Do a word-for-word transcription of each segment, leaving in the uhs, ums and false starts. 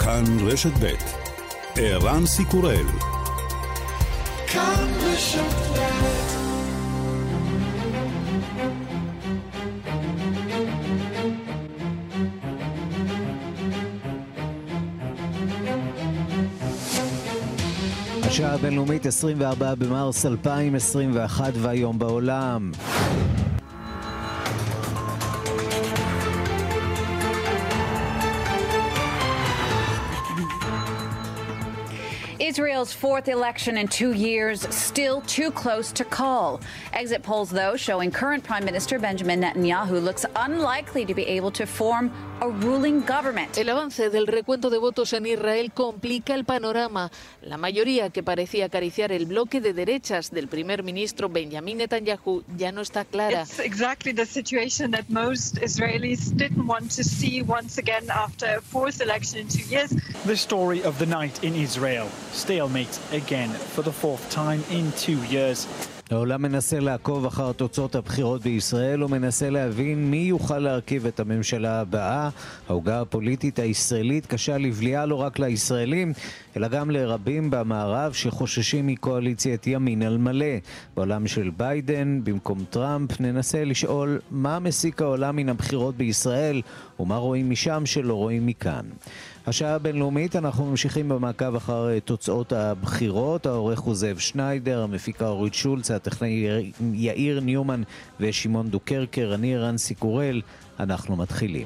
כאן רשת ב' ערן סיקורל. כאן רשת ב'. השעה הבינלאומית עשרים וארבעה במרס אלפיים עשרים ואחת והיום בעולם. Israel's fourth election in two years, still too close to call. Exit polls, though, showing current Prime Minister Benjamin Netanyahu looks unlikely to be able to form a ruling government. El avance del recuento de votos en Israel complica el panorama. La mayoría que parecía acariciar el bloque de derechas del primer ministro Benjamin Netanyahu ya no está clara. It's exactly the situation that most Israelis didn't want to see once again after a fourth election in two years. The story of the night in Israel. Stalemate again for the fourth time in two years. העולם מנסה לעקוב אחר תוצאות הבחירות בישראל, ומנסה להבין מי יוכל להרכיב את הממשלה הבאה. ההוגה הפוליטית הישראלית קשה לבליעה לא רק לישראלים, אלא גם לרבים במערב שחוששים מקואליציית ימין על מלא. בעולם של ביידן, במקום טראמפ, ננסה לשאול מה מסיק העולם מן הבחירות בישראל, ומה רואים משם שלא רואים מכאן. השעה הבינלאומית, אנחנו ממשיכים במעקב אחר תוצאות הבחירות. העורך הוא זאב שניידר, המפיקה אורית שולץ, הטכנאי יאיר ניומן ושמעון דוקרקר, אני ערן סיקורל. אנחנו מתחילים.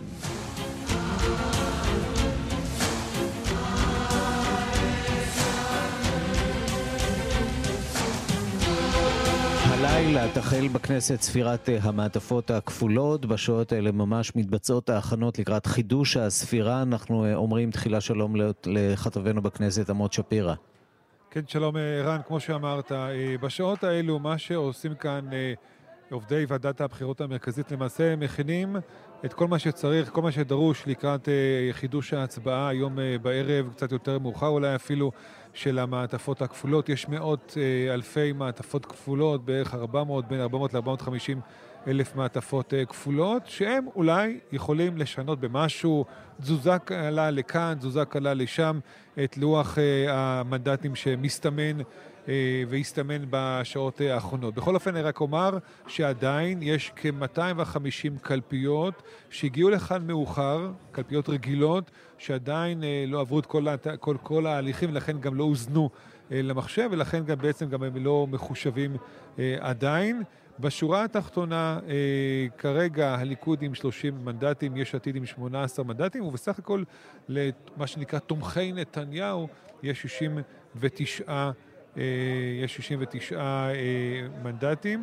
הלילה תחל בכנסת ספירת המעטפות הכפולות. בשעות האלה ממש מתבצעות ההכנות לקראת חידוש הספירה. אנחנו אומרים תחילה שלום לכתבנו בכנסת עמוד שפירא. כן, שלום ערן, כמו שאמרת, בשעות האלו מה שעושים כאן עובדי ועדת הבחירות המרכזית למעשה מכינים את כל מה שצריך, כל מה שדרוש לקראת חידוש ההצבעה היום בערב, קצת יותר מאוחר אולי אפילו, של המעטפות הכפולות. יש מאות אלפי מעטפות כפולות, בערך ארבע מאות, בין ארבע מאות ל-ארבע מאות וחמישים אלף מעטפות כפולות, שהם אולי יכולים לשנות במשהו, תזוזה קלה לכאן, תזוזה קלה לשם, את לוח המנדטים שמסתמן והסתמן בשעות האחרונות. בכל אופן, אני רק אומר שעדיין יש כ-מאתיים וחמישים קלפיות שהגיעו לכאן מאוחר, קלפיות רגילות, שעדיין לא עברו את כל, כל, כל ההליכים, ולכן גם לא הוזנו למחשב, ולכן גם בעצם גם הם לא מחושבים עדיין. בשורה התחתונה, כרגע הליכוד עם שלושים מנדטים, יש עתיד עם שמונה עשרה מנדטים, ובסך הכל למה שנקרא תומכי נתניהו יש שישים ותשעה יש שישים ותשעה מנדטים,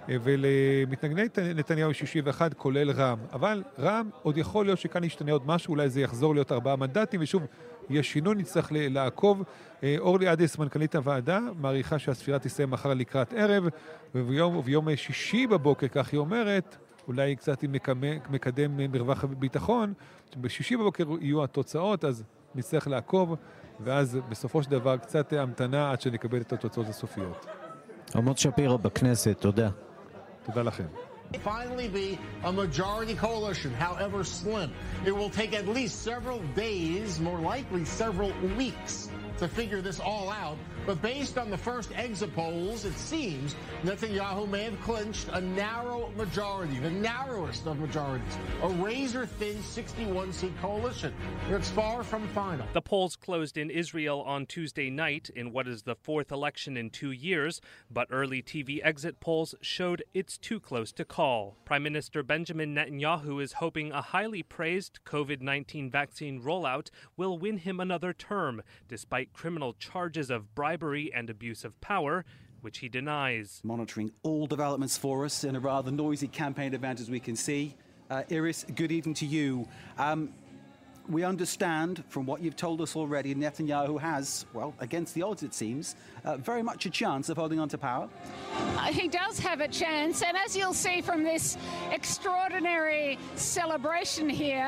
ולמתנגדי נתניהו שישים ואחת כולל רע"מ. אבל רע"מ עוד יכול להיות שכאן ישתנה עוד משהו, אולי זה יחזור להיות ארבעה מנדטים, ושוב יש שינוי, נצטרך לעקוב. אורלי עדס, מנכ"לית הוועדה, מעריכה שהספירה תסיים מחר לקראת ערב, וביום, וביום שישי בבוקר, כך היא אומרת, אולי קצת עם מקדם מרווח ביטחון, בשישי בבוקר יהיו התוצאות, אז נצטרך לעקוב, ואז בסופו של דבר קצת המתנה עד שנקבל את התוצאות הסופיות. עמוד שפירא בכנסת, תודה. תודה לכם. Finally be a majority coalition, however slim. It will take at least several days, more likely several weeks, to figure this all out. But based on the first exit polls, it seems Netanyahu may have clinched a narrow majority, the narrowest of majorities, a razor-thin sixty-one seat coalition. It's far from final. The polls closed in Israel on Tuesday night in what is the fourth election in two years, but early T V exit polls showed it's too close to call. Prime Minister Benjamin Netanyahu is hoping a highly praised COVID nineteen vaccine rollout will win him another term, despite criminal charges of bribery and abuse of power, which he denies. Monitoring all developments for us in a rather noisy campaign event, as we can see. Uh, Iris, good evening to you. Um, we understand from what you've told us already, Netanyahu has, well, against the odds it seems, uh, very much a chance of holding on to power. Uh, he does have a chance, and as you'll see from this extraordinary celebration here,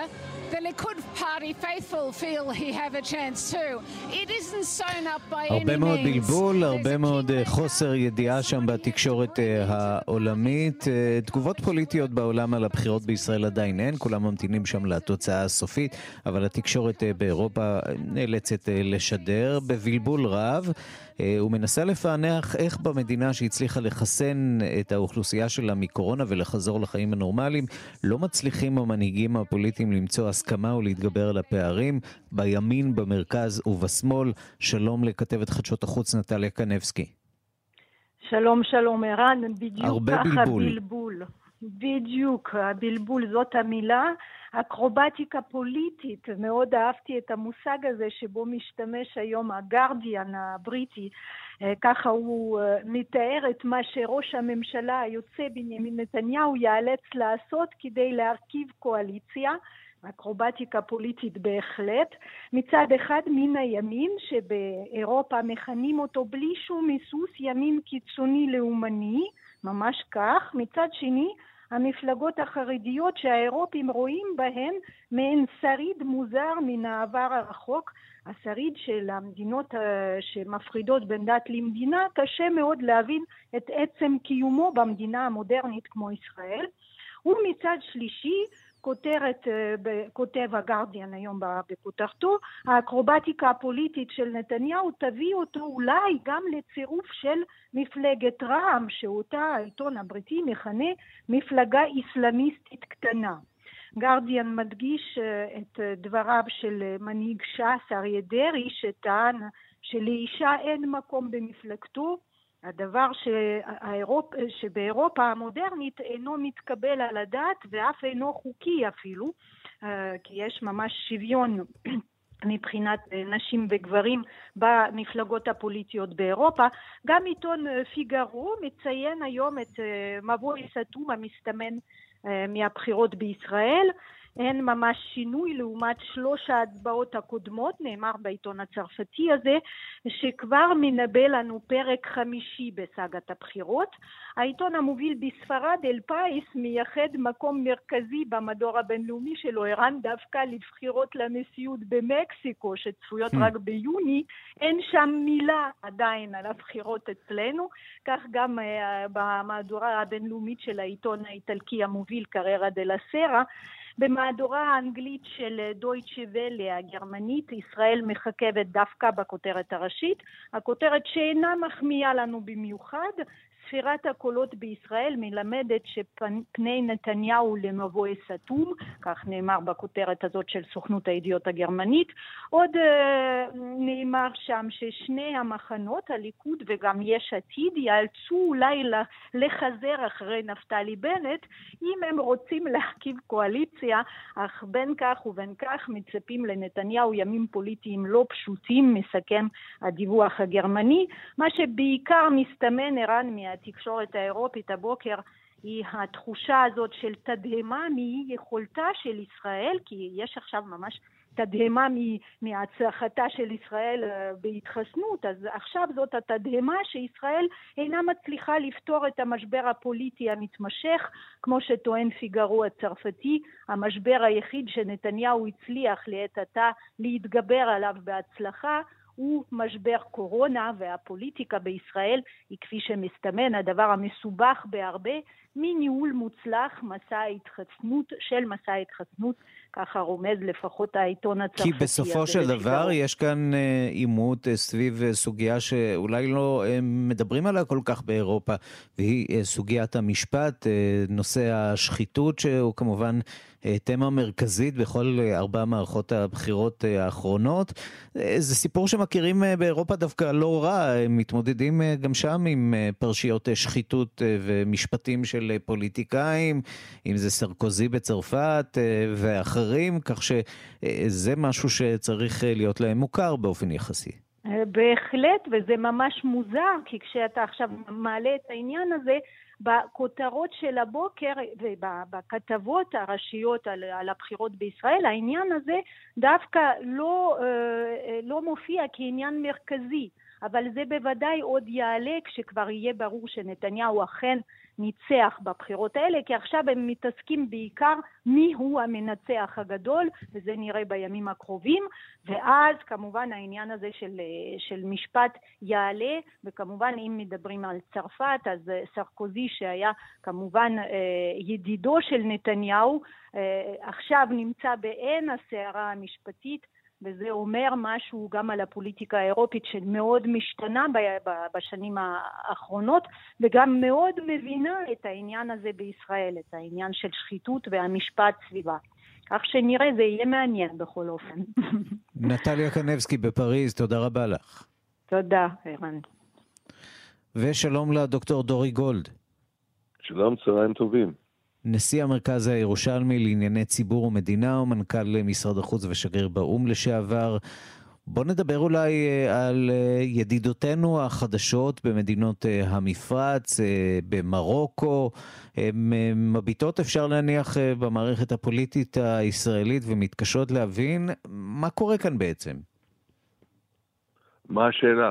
the Likud Party faithful feel he have a chance too. It isn't sewn up by any means. הרבה מאוד בלבול, הרבה מאוד חוסר ידיעה שם בתקשורת העולמית. תגובות פוליטיות בעולם על הבחירות בישראל עדיין אין, כולם ממתינים שם לתוצאה הסופית, אבל התקשורת באירופה נאלצת לשדר בבלבול רב. הוא מנסה לפענח איך במדינה שהצליחה לחסן את האוכלוסייה שלה מקורונה ולחזור לחיים הנורמליים, לא מצליחים המנהיגים הפוליטיים למצוא הסכמה ולהתגבר על הפערים בימין, במרכז ובשמאל. שלום לכתבת חדשות החוץ נטליה קנבסקי. שלום שלום ערן, בדיוק הרבה ככה בלבול. בלבול. בדיוק, הבלבול זאת המילה, אקרובטיקה פוליטית. מאוד אהבתי את המושג הזה שבו משתמש היום הגרדיאן הבריטי. ככה הוא מתאר את מה שראש הממשלה היוצא בנימין נתניהו יאלץ לעשות כדי להרכיב קואליציה. אקרובטיקה פוליטית בהחלט. מצד אחד מן הימין שבאירופה מכנים אותו בלי שום היסוס ימין קיצוני לאומני, ממש כך. מצד שני המפלגות החרדיות שהאירופים רואים בהן מעין שריד מוזר מן העבר הרחוק, השריד של המדינות שמפרידות בין דת למדינה. קשה מאוד להבין את עצם קיומו במדינה המודרנית כמו ישראל. ומצד שלישי כותרת, כותב הגרדיאן היום בכותרתו, האקרובטיקה הפוליטית של נתניהו תביא אותו אולי גם לצירוף של מפלגת רע"מ, שאותה העיתון הבריטי מכנה מפלגה איסלאמיסטית קטנה. גרדיאן מדגיש את דבריו של מנהיג ש"ס אריה דרעי, שטען שלאישה אין מקום במפלגתו, הדבר שהאירופ... שבאירופה המודרנית אינו מתקבל על הדעת ואף אינו חוקי אפילו, כי יש ממש שוויון מבחינת נשים וגברים במפלגות הפוליטיות באירופה. גם עיתון פיגארו מציין היום את מבוי סתום המסתמן מהבחירות בישראל. אין ממש שינוי לעומת שלוש ההצבעות הקודמות, נאמר בעיתון הצרפתי הזה, שכבר מנבא לנו פרק חמישי בסאגת הבחירות. העיתון המוביל בספרד אל פאיס מייחד מקום מרכזי במדור הבינלאומי שלו, ערן, דווקא לבחירות לנשיאות במקסיקו שצפויות רק ביוני. אין שם מילה עדיין על הבחירות אצלנו, כך גם uh, במהדורה הבינלאומית של העיתון האיטלקי המוביל קריירה דלה סרה. במהדורה האנגלית של דויטשה וולה הגרמנית, ישראל מחכבת דווקא בכותרת הראשית, הכותרת שאינה מחמיאה לנו במיוחד. ספירת הקולות בישראל מלמדת שפני נתניהו למבוי סתום, כך נאמר בכותרת הזאת של סוכנות הידיעות הגרמנית. עוד uh, נאמר שם ששני המחנות, הליכוד וגם יש עתיד, יאלצו אולי לחזר אחרי נפתלי בנט אם הם רוצים להרכיב קואליציה, אך בין כך ובין כך מצפים לנתניהו ימים פוליטיים לא פשוטים, מסכם הדיווח הגרמני. מה שבעיקר מסתמן ערן מה התקשורת האירופית הבוקר היא התחושה הזאת של תדהמה מיכולתה של ישראל, כי יש עכשיו ממש תדהמה מהצלחתה של ישראל בהתחסנות, אז עכשיו זאת התדהמה שישראל אינה מצליחה לפתור את המשבר הפוליטי המתמשך, כמו שטוען פיגארו הצרפתי, המשבר היחיד שנתניהו הצליח לעת עתה להתגבר עליו בהצלחה, הוא משבר קורונה, והפוליטיקה בישראל היא כפי שמסתמן הדבר המסובך בהרבה מניהול מוצלח מסע ההתחסנות של מסע ההתחסנות, ככה רומז לפחות העיתון הצרפתי. כי בסופו של דבר יש כאן עימות סביב סוגיה שאולי לא מדברים עליה כל כך באירופה, והיא סוגיית המשפט, נושא השחיתות שהוא כמובן תמה מרכזית בכל ארבע מערכות הבחירות האחרונות. זה סיפור שמכירים באירופה דווקא לא רע, הם מתמודדים גם שם עם פרשיות שחיתות ומשפטים של פוליטיקאים, אם זה סרקוזי בצרפת ואחרים, כך שזה משהו שצריך להיות להם מוכר באופן יחסי. בהחלט, וזה ממש מוזר, כי כשאתה עכשיו מעלה את העניין הזה, בכותרות של הבוקר ובכתבות הראשיות על, על הבחירות בישראל, העניין הזה דווקא לא, לא מופיע כעניין מרכזי, אבל זה בוודאי עוד יעלה כשכבר יהיה ברור שנתניהו אכן ניצח בבחירות האלה, כי עכשיו הם מתעסקים בעיקר מי הוא המנצח הגדול, וזה נראה בימים הקרובים, ואז כמובן העניין הזה של, של משפט יעלה, וכמובן אם מדברים על צרפת, אז סרקוזי שהיה כמובן ידידו של נתניהו, עכשיו נמצא בעין הסערה המשפטית, וזה אומר משהו גם על הפוליטיקה האירופית שמאוד משתנה בשנים האחרונות, וגם מאוד מבינה את העניין הזה בישראל, את העניין של שחיתות והמשפט סביבה. כך שנראה, זה יהיה מעניין בכל אופן. נטליה קנבסקי בפריז, תודה רבה לך. תודה, ערן. ושלום לדוקטור דורי גולד. שלום, צהריים טובים. נשיא המרכז הירושלמי לענייני ציבור ומדינה ומנכ"ל משרד החוץ ושגריר באום לשעבר. בוא נדבר אולי על ידידותינו החדשות במדינות המפרץ, במרוקו. מביטות אפשר להניח במערכת הפוליטית הישראלית ומתקשות להבין מה קורה כאן בעצם. מה השאלה?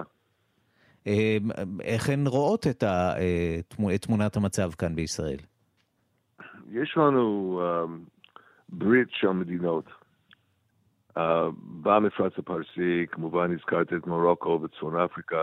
איך הן רואות את תמונת המצב כאן בישראל? יש לנו uh, ברית של מדינות. Uh, במפרץ הפרסי, כמובן הזכרת את מרוקו וצפון אפריקה,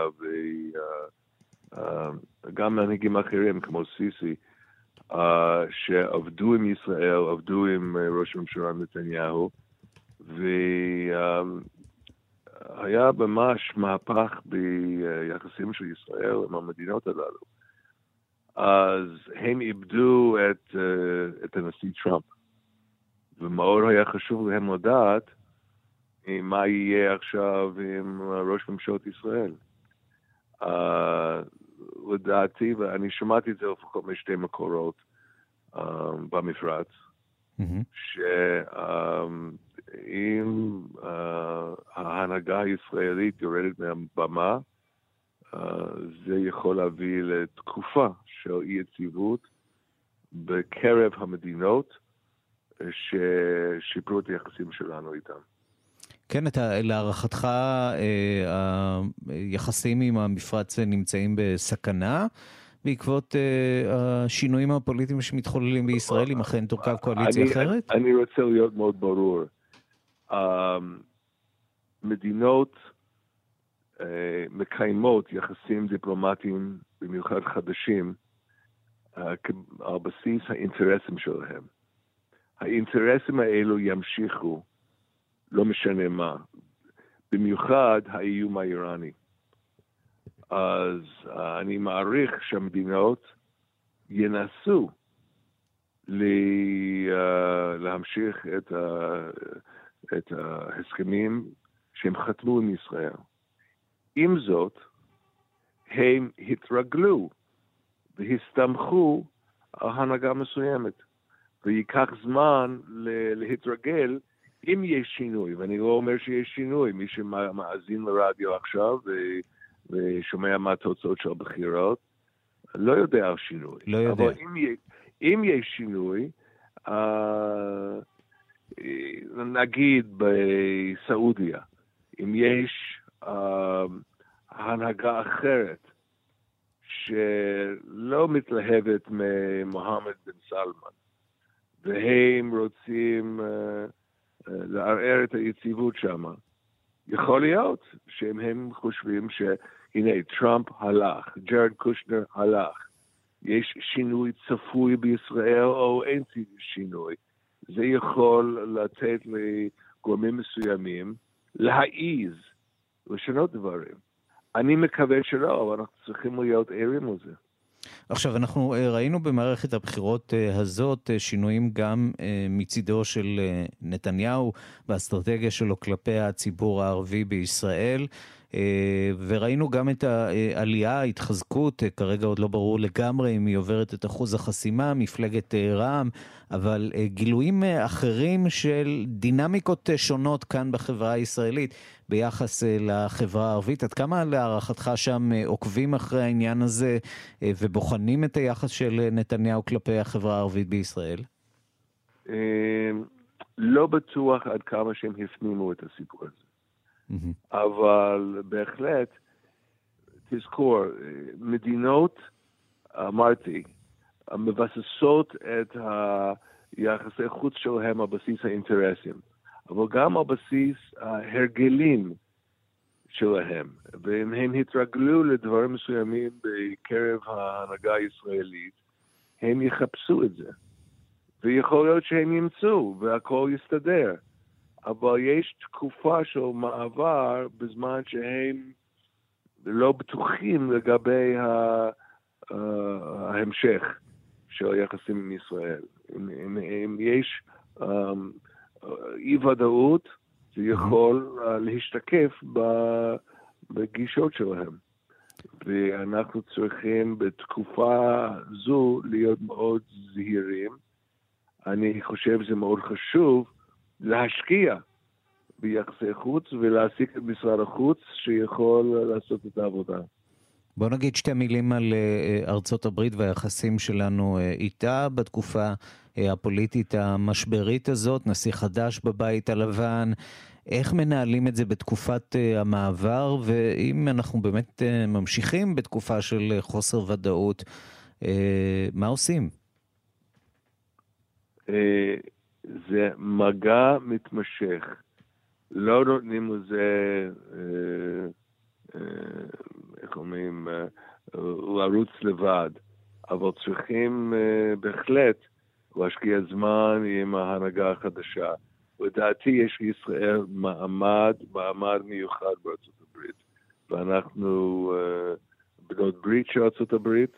וגם uh, uh, מנהיגים אחרים כמו סיסי, uh, שעבדו עם ישראל, עבדו עם uh, ראש הממשלה נתניהו, והיה uh, ממש מהפך ביחסים של ישראל עם המדינות הללו. אז הם איבדו את, uh, את הנשיא טראמפ. ומאוד היה חשוב להם לדעת מה יהיה עכשיו עם ראש ממשלת ישראל. Uh, לדעתי, ואני שמעתי את זה לפחות משתי מקורות uh, במפרץ, mm-hmm. שאם uh, ההנהגה הישראלית יורדת מהבמה, uh, זה יכול להביא לתקופה של אי יציבות בקרב המדינות ששיפרו את היחסים שלנו איתם. כן, אתה, להערכתך היחסים עם המפרץ נמצאים בסכנה בעקבות השינויים הפוליטיים שמתחוללים בישראל, אם אכן תורכב קואליציה אני, אחרת? אני רוצה להיות מאוד ברור. מדינות מקיימות יחסים דיפלומטיים, במיוחד חדשים, על בסיס האינטרסים שלהם. האינטרסים האלו ימשיכו, לא משנה מה. במיוחד האיום האיראני. אז uh, אני מעריך שהמדינות ינסו לי, uh, להמשיך את, uh, את ההסכמים שהם חתמו עם ישראל. עם זאת, הם התרגלו והסתמכו על הנהגה מסוימת. ויקח זמן להתרגל אם יש שינוי, ואני לא אומר שיש שינוי, מי שמאזין לרדיו עכשיו ושומע מה התוצאות של הבחירות, לא יודע על שינוי. לא יודע. אבל אם, אם יש שינוי, נגיד בסעודיה, אם יש הנהגה אחרת שלא מתלהבת ממוחמד בן סלמן, והם רוצים uh, uh, לערער את היציבות שם. יכול להיות שהם הם חושבים שהנה, טראמפ הלך, ג'רד קושנר הלך, יש שינוי צפוי בישראל או אין שינוי. זה יכול לתת לגורמים מסוימים להעיז, לשנות דברים. אני מקווה שלא, אבל אנחנו צריכים להיות ערים לזה. עכשיו, אנחנו ראינו במערכת הבחירות הזאת שינויים גם מצידו של נתניהו באסטרטגיה שלו כלפי הציבור הערבי בישראל, וראינו גם את העלייה, ההתחזקות, כרגע עוד לא ברור לגמרי אם היא עוברת את אחוז החסימה, מפלגת רע"מ, אבל גילויים אחרים של דינמיקות שונות כאן בחברה הישראלית ביחס לחברה הערבית. עד כמה להערכתך שם עוקבים אחרי העניין הזה ובוחנים את היחס של נתניהו כלפי החברה הערבית בישראל? לא בטוח עד כמה שהם הפנימו את הסיפור הזה. אבל בהחלט, תזכור, מדינות, אמרתי, מבססות את היחסי חוץ שלהם על בסיס האינטרסים, אבל גם על בסיס ההרגלים שלהם. ואם הם התרגלו לדברים מסוימים בקרב ההנהגה הישראלית, הם יחפשו את זה. ויכול להיות שהם ימצאו והכל יסתדר. אבל יש תקופה של מעבר בזמן שהם לא בטוחים לגבי ההמשך של היחסים עם ישראל. אם, אם, אם יש um, אי ודאות, זה יכול uh, להשתקף בגישות שלהם. ואנחנו צריכים בתקופה זו להיות מאוד זהירים. אני חושב שזה מאוד חשוב להשקיע ביחסי חוץ ולהעסיק את משרד החוץ שיכול לעשות את העבודה. בוא נגיד שתי מילים על ארצות הברית והיחסים שלנו איתה בתקופה הפוליטית המשברית הזאת, נשיא חדש בבית הלבן, איך מנהלים את זה בתקופת המעבר, ואם אנחנו באמת ממשיכים בתקופה של חוסר ודאות, מה עושים? זה מגע מתמשך. לא נותנים לזה, איך אומרים, לרוץ לבד, אבל צריכים בהחלט להשקיע זמן עם ההנהגה החדשה. לדעתי יש לישראל מעמד, מעמד מיוחד בארצות הברית, ואנחנו בנות ברית של ארצות הברית,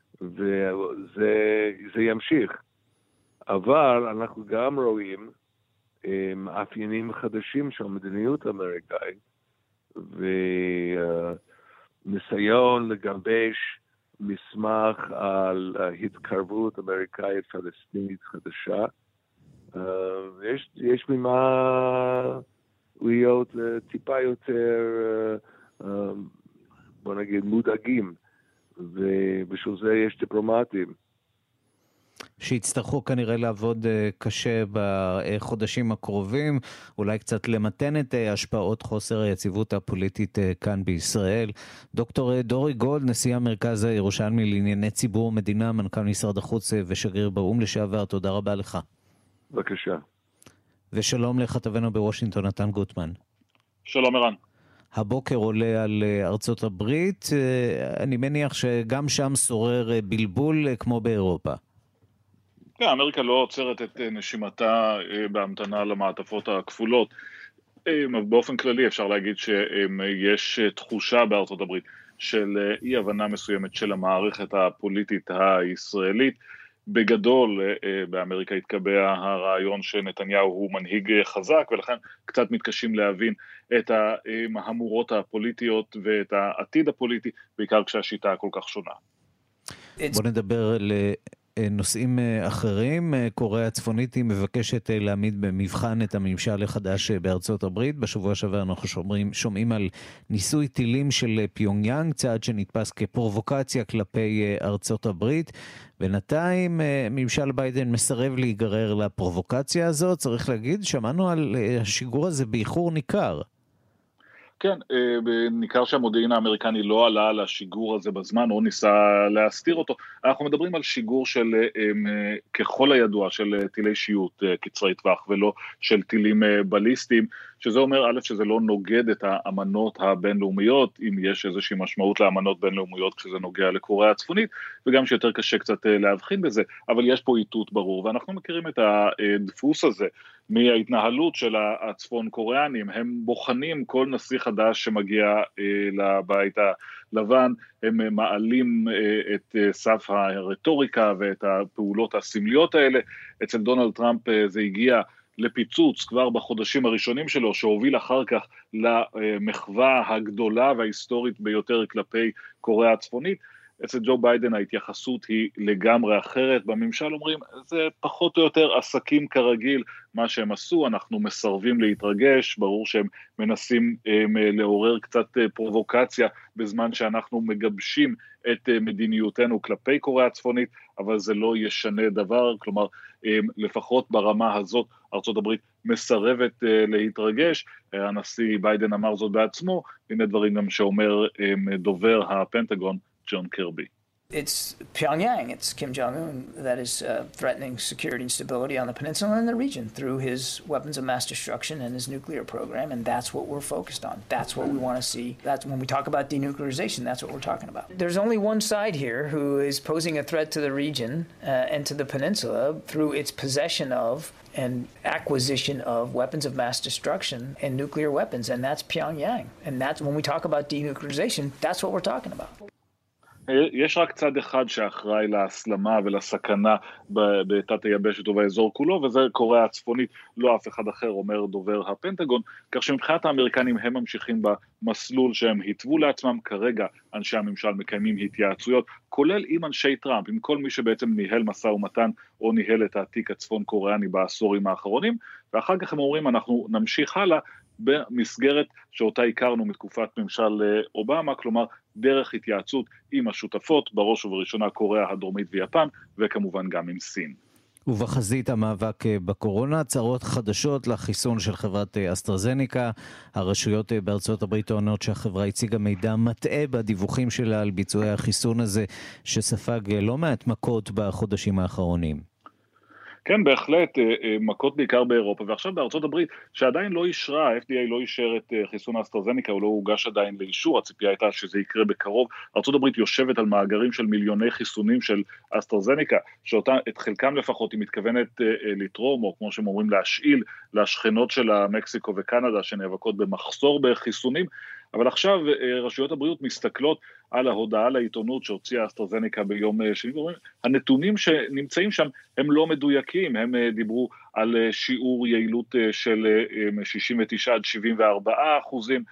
וזה ימשיך. אבל אנחנו גם רואים מאפיינים חדשים של המדיניות האמריקאית, וניסיון לגבש מסמך על התקרבות אמריקאית פלסטינית חדשה. יש, יש ממה להיות טיפה יותר, בוא נגיד, מודאגים, ובשביל זה יש דיפלומטים. שיצטרכו כנראה לעבוד קשה בחודשים הקרובים, אולי קצת למתן את השפעות חוסר היציבות הפוליטית כאן בישראל. דוקטור דורי גולד, נשיא המרכז הירושלמי לענייני ציבור ומדינה, מנכ"ל משרד החוץ ושגריר באו"ם לשעבר, תודה רבה לך. בבקשה. ושלום לכתבנו בוושינגטון, נתן גוטמן. שלום ערן. הבוקר עולה על ארצות הברית, אני מניח שגם שם שורר בלבול כמו באירופה. כן, אמריקה לא עוצרת את נשימתה בהמתנה למעטפות הכפולות. באופן כללי אפשר להגיד שיש תחושה בארצות הברית של אי הבנה מסוימת של המערכת הפוליטית הישראלית. בגדול באמריקה התקבע הרעיון שנתניהו הוא מנהיג חזק, ולכן קצת מתקשים להבין את המהמורות הפוליטיות ואת העתיד הפוליטי, בעיקר כשהשיטה כל כך שונה. בוא נדבר על נושאים אחרים. קוריאה הצפונית היא מבקשת להעמיד במבחן את הממשל החדש בארצות הברית. בשבוע שעבר אנחנו שומעים, שומעים על ניסוי טילים של פיונגיאנג, צעד שנתפס כפרובוקציה כלפי ארצות הברית. בינתיים ממשל ביידן מסרב להיגרר לפרובוקציה הזאת. צריך להגיד, שמענו על השיגור הזה באיחור ניכר. כן, ניכר שהמודיעין האמריקני לא עלה על השיגור הזה בזמן, או ניסה להסתיר אותו. אנחנו מדברים על שיגור של, ככל הידוע, של טילי שיוט קצרי טווח, ולא של טילים בליסטיים, שזה אומר, א', שזה לא נוגד את האמנות הבינלאומיות, אם יש איזושהי משמעות לאמנות בינלאומיות כשזה נוגע לקוריאה הצפונית, וגם שיותר קשה קצת להבחין בזה, אבל יש פה איתות ברור, ואנחנו מכירים את הדפוס הזה, מההתנהלות של הצפון קוריאנים, הם בוחנים כל נשיא חדש שמגיע לבית הלבן, הם מעלים את סף הרטוריקה ואת הפעולות הסמליות האלה. אצל דונלד טראמפ זה הגיע לפיצוץ כבר בחודשים הראשונים שלו, שהוביל אחר כך למחווה הגדולה וההיסטורית ביותר כלפי קוריאה הצפונית. אצל ג'ו ביידן ההתייחסות היא לגמרי אחרת. בממשל אומרים, זה פחות או יותר עסקים כרגיל מה שהם עשו, אנחנו מסרבים להתרגש, ברור שהם מנסים הם, לעורר קצת פרובוקציה בזמן שאנחנו מגבשים את מדיניותנו כלפי קוריאה הצפונית, אבל זה לא ישנה דבר, כלומר הם, לפחות ברמה הזאת ארצות הברית מסרבת להתרגש. הנשיא ביידן אמר זאת בעצמו, הנה דברים גם שאומר הם, דובר הפנטגון, ג'ון קרבי. It's Pyongyang, it's Kim Jong-un that is uh, threatening security and stability on the peninsula and the region through his weapons of mass destruction and his nuclear program, and that's what we're focused on. That's what we want to see. That's when we talk about denuclearization, that's what we're talking about. There's only one side here who is posing a threat to the region uh, and to the peninsula through its possession of and acquisition of weapons of mass destruction and nuclear weapons, and that's Pyongyang. And that's when we talk about denuclearization, that's what we're talking about. יש רק צד אחד שאחראי להסלמה ולסכנה בתת היבשת ובאזור כולו, וזה קוריאה הצפונית, לא אף אחד אחר, אומר דובר הפנטגון, כך שמבחינת האמריקנים הם ממשיכים במסלול שהם התוו לעצמם. כרגע אנשי הממשל מקיימים התייעצויות, כולל עם אנשי טראמפ, עם כל מי שבעצם ניהל משא ומתן או ניהל את העתיק הצפון קוריאני בעשורים האחרונים, ואחר כך הם אומרים אנחנו נמשיך הלאה במסגרת שאותה הכרנו מתקופת ממשל אובמה, כלומר דרך התייעצות עם השותפות, בראש ובראשונה קוריאה הדרומית ויפן, וכמובן גם עם סין. ובחזית המאבק בקורונה, הצהרות חדשות לחיסון של חברת אסטרזניקה. הרשויות בארצות הברית טוענות שהחברה הציגה מידע מטעה בדיווחים שלה על ביצועי החיסון הזה, שספג לא מעט מכות בחודשים האחרונים. כן, בהחלט, מכות בעיקר באירופה, ועכשיו בארצות הברית, שעדיין לא אישרה, ה-אף די איי לא אישר את חיסון האסטרזניקה, הוא לא הוגש עדיין לאישור, הציפייה הייתה שזה יקרה בקרוב. ארצות הברית יושבת על מאגרים של מיליוני חיסונים של אסטרזניקה, שאותה, את חלקם לפחות, היא מתכוונת לתרום, או כמו שהם אומרים, להשאיל לשכנות של מקסיקו וקנדה, שנאבקות במחסור בחיסונים, אבל עכשיו רשויות הבריאות מסתכלות על ההודעה לעיתונות שהוציאה אסטרזניקה ביום שני, הנתונים שנמצאים שם הם לא מדויקים, הם דיברו על שיעור יעילות של שישים ותשע עד שבעים וארבעה אחוזים,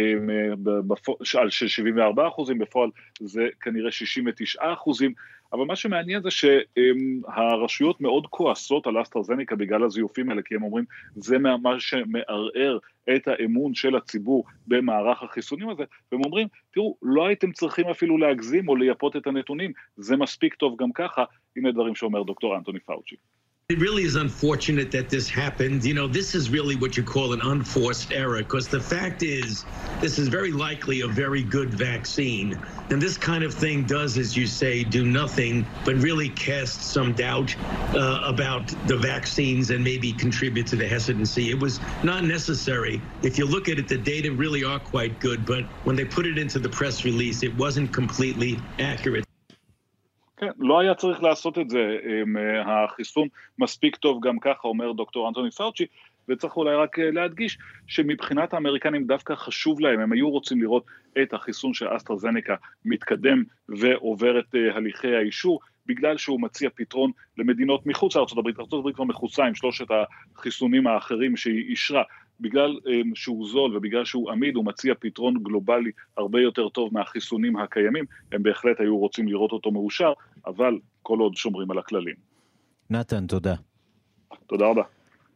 על שבעים וארבעה אחוזים, בפועל זה כנראה שישים ותשעה אחוזים, אבל מה שמעניין זה שהרשויות מאוד כועסות על אסטרזניקה בגלל הזיופים האלה, כי הם אומרים, זה מה שמערער את האמון של הציבור במערך החיסונים הזה, והם אומרים, תראו, לא הייתם צריכים אפילו להגזים או לייפות את הנתונים, זה מספיק טוב גם ככה. הנה דברים שאומר דוקטור אנטוני פאוצ'י. It really is unfortunate that this happened. You know, this is really what you call an unforced error, because the fact is, this is very likely a very good vaccine. And this kind of thing does, as you say, do nothing but really cast some doubt uh, about the vaccines and maybe contribute to the hesitancy. It was not necessary. If you look at it, the data really are quite good, but when they put it into the press release, it wasn't completely accurate. כן, לא היה צריך לעשות את זה, החיסון מספיק טוב גם ככה, אומר דוקטור אנטוני פאוצ'י, וצריך אולי רק להדגיש שמבחינת האמריקנים דווקא חשוב להם, הם היו רוצים לראות את החיסון של אסטרזניקה מתקדם ועובר את הליכי האישור, בגלל שהוא מציע פתרון למדינות מחוץ לארצות הברית. ארצות הברית כבר מחוצה עם שלושת החיסונים האחרים שהיא אישרה, בגלל שהוא זול ובגלל שהוא עמיד, הוא מציע פתרון גלובלי הרבה יותר טוב מהחיסונים הקיימים. הם בהחלט היו רוצים לראות אותו מאושר, אבל כל עוד שומרים על הכללים. נתן, תודה. תודה רבה.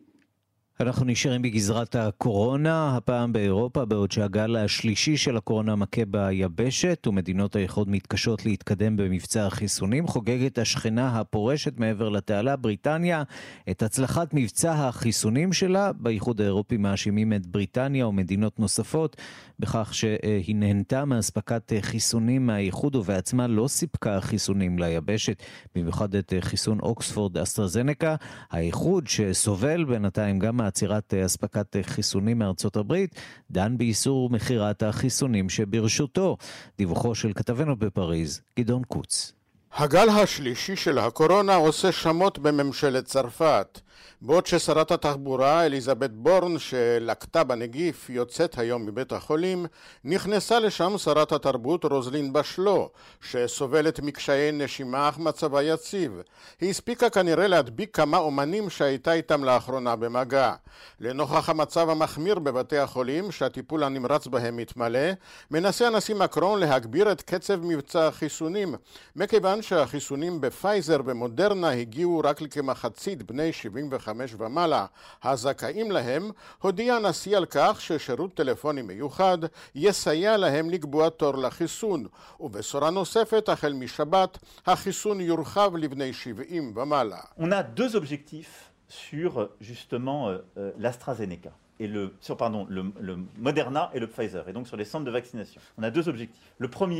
אנחנו נשארים בגזרת הקורונה, הפעם באירופה, בעוד שהגל השלישי של הקורונה מכה ביבשת, ומדינות האיחוד מתקשות להתקדם במבצע החיסונים. חוגגת השכנה הפורשת מעבר לתעלה, בריטניה, את הצלחת מבצע החיסונים שלה. באיחוד האירופי מאשימים את בריטניה ומדינות נוספות בכך שהיא נהנתה מאספקת חיסונים מהאיחוד, ובעצמה לא סיפקה חיסונים ליבשת, במיוחד את חיסון אוקספורד אסטרזניקה. האיחוד שסובל בינתיים גם עצירת אספקת חיסונים מארצות הברית, דן באיסור מחירת החיסונים שברשותו. דיווחו של כתבנו בפריז, גדעון קוץ. הגל השלישי של הקורונה עושה שמות בממשלת צרפת. בעוד ששרת התחבורה אליזבת בורן שלקתה בנגיף יוצאת היום מבית החולים, נכנסה לשם שרת התרבות רוזלין בשלו, שסובלת מקשיי נשימה אך מצבה יציב. היא הספיקה כנראה להדביק כמה אומנים שהייתה איתם לאחרונה במגע. לנוכח המצב המחמיר בבתי החולים שהטיפול הנמרץ בהם מתמלא, מנסה הנשיא מקרון להגביר את קצב מבצע החיסונים, מכיוון שהחיסונים בפייזר ומודרנה הגיעו רק לכמחצית בני שבעים וחמש ומעלה הזכאים להם. הודיע הנשיא על כך ששירות טלפוני מיוחד יסייע להם לקבוע תור לחיסון, ובשורה נוספת החל משבת החיסון יורחב לבני שבעים ומעלה. On a deux objectifs sur justement euh, l'AstraZeneca et le sur pardon le, le Moderna et le Pfizer, et donc sur les centres de vaccination. On a deux objectifs. Le premier,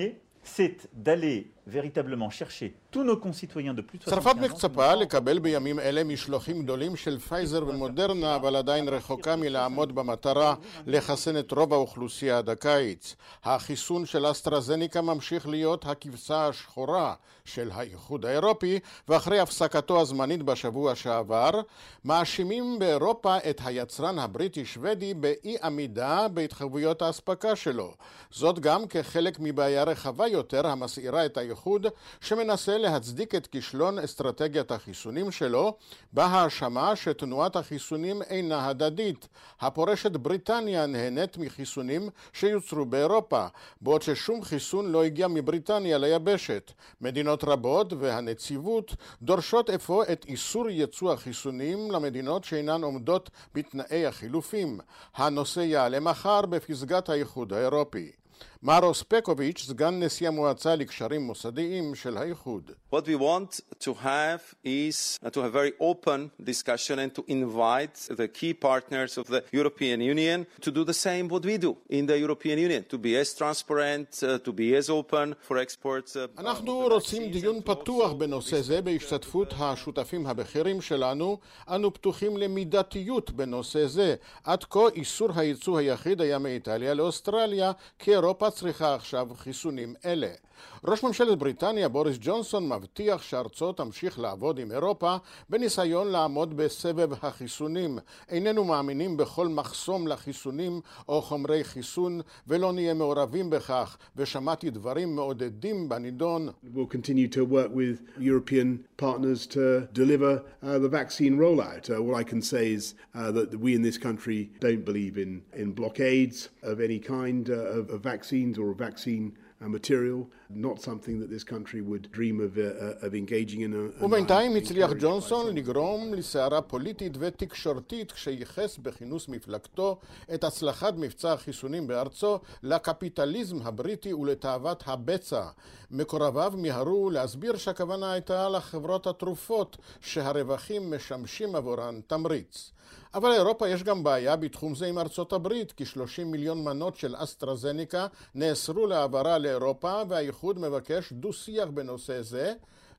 c'est d'aller véritablement chercher tous nos concitoyens de plus de צרפת מצפה לקבל בימים אלה משלוחים גדולים של פייזר ומודרנה, אבל עדיין רחוקה מלעמוד במטרה לחסן את רוב האוכלוסייה עד הקיץ. החיסון של אסטרזניקה ממשיך להיות הכבשה השחורה של האיחוד האירופי, ואחרי הפסקתו הזמנית בשבוע שעבר, מאשימים באירופה את היצרן הבריטי-שוודי באי עמידה בהתחייבויות האספקה שלו. זאת גם כחלק מבעיה רחבה יותר המסעירה את האיחוד, שמנסה להצדיק את כישלון אסטרטגיית החיסונים שלו, בהאשמה שתנועת החיסונים אינה הדדית. הפורשת בריטניה נהנית מחיסונים שיוצרו באירופה, בעוד ששום חיסון לא הגיע מבריטניה ליבשת. מדינות רבות והנציבות דורשות אפוא את איסור ייצוא החיסונים למדינות שאינן עומדות בתנאי החילופים. הנושא יעלה מחר בפסגת האיחוד האירופי. מארוס פקוביץ', סגן נשיא המועצה לקשרים מוסדיים של האיחוד. What we want to have is to have very open discussion and to invite the key partners of the European Union to do the same what we do in the European Union, to be as transparent, uh, to be as open for exports. Uh, אנחנו רוצים דיון פתוח בנושא זה בהשתתפות השותפים הבכירים שלנו. אנו פתוחים למידתיות בנושא זה. עד כה איסור הייצוא היחיד היה מאיטליה לאוסטרליה, כי אירופה צריכה עכשיו חיסונים אלה. ראש ממשלת בריטניה בוריס ג'ונסון מבטיח שארצו תמשיך לעבוד עם אירופה בניסיון לעמוד בסבב החיסונים. איננו מאמינים בכל מחסום לחיסונים או חומרי חיסון ולא נהיה מעורבים בכך, ושמעתי דברים מעודדים בנידון. We'll continue to work with European partners to deliver uh, the vaccine rollout. Uh, what I can say is uh, that we in this country don't believe in, in blockades of any kind uh, of, of vaccines or vaccine material, not something that this country would dream of, uh, of engaging in a... ובינתיים הצליח ג'ונסון לגרום לסערה פוליטית ותקשורתית כשייחס בכינוס מפלגתו את הצלחת מבצע החיסונים בארצו לקפיטליזם הבריטי ולתאוות הבצע. מקורביו מיהרו להסביר שהכוונה הייתה לחברות התרופות שהרווחים משמשים עבורן תמריץ. אבל לאירופה יש גם בעיה בתחום זה עם ארצות הברית, כי שלושים מיליון מנות של אסטרזניקה נאסרו להעברה לאירופה, והאיחוד מבקש דו-שיח בנושא זה,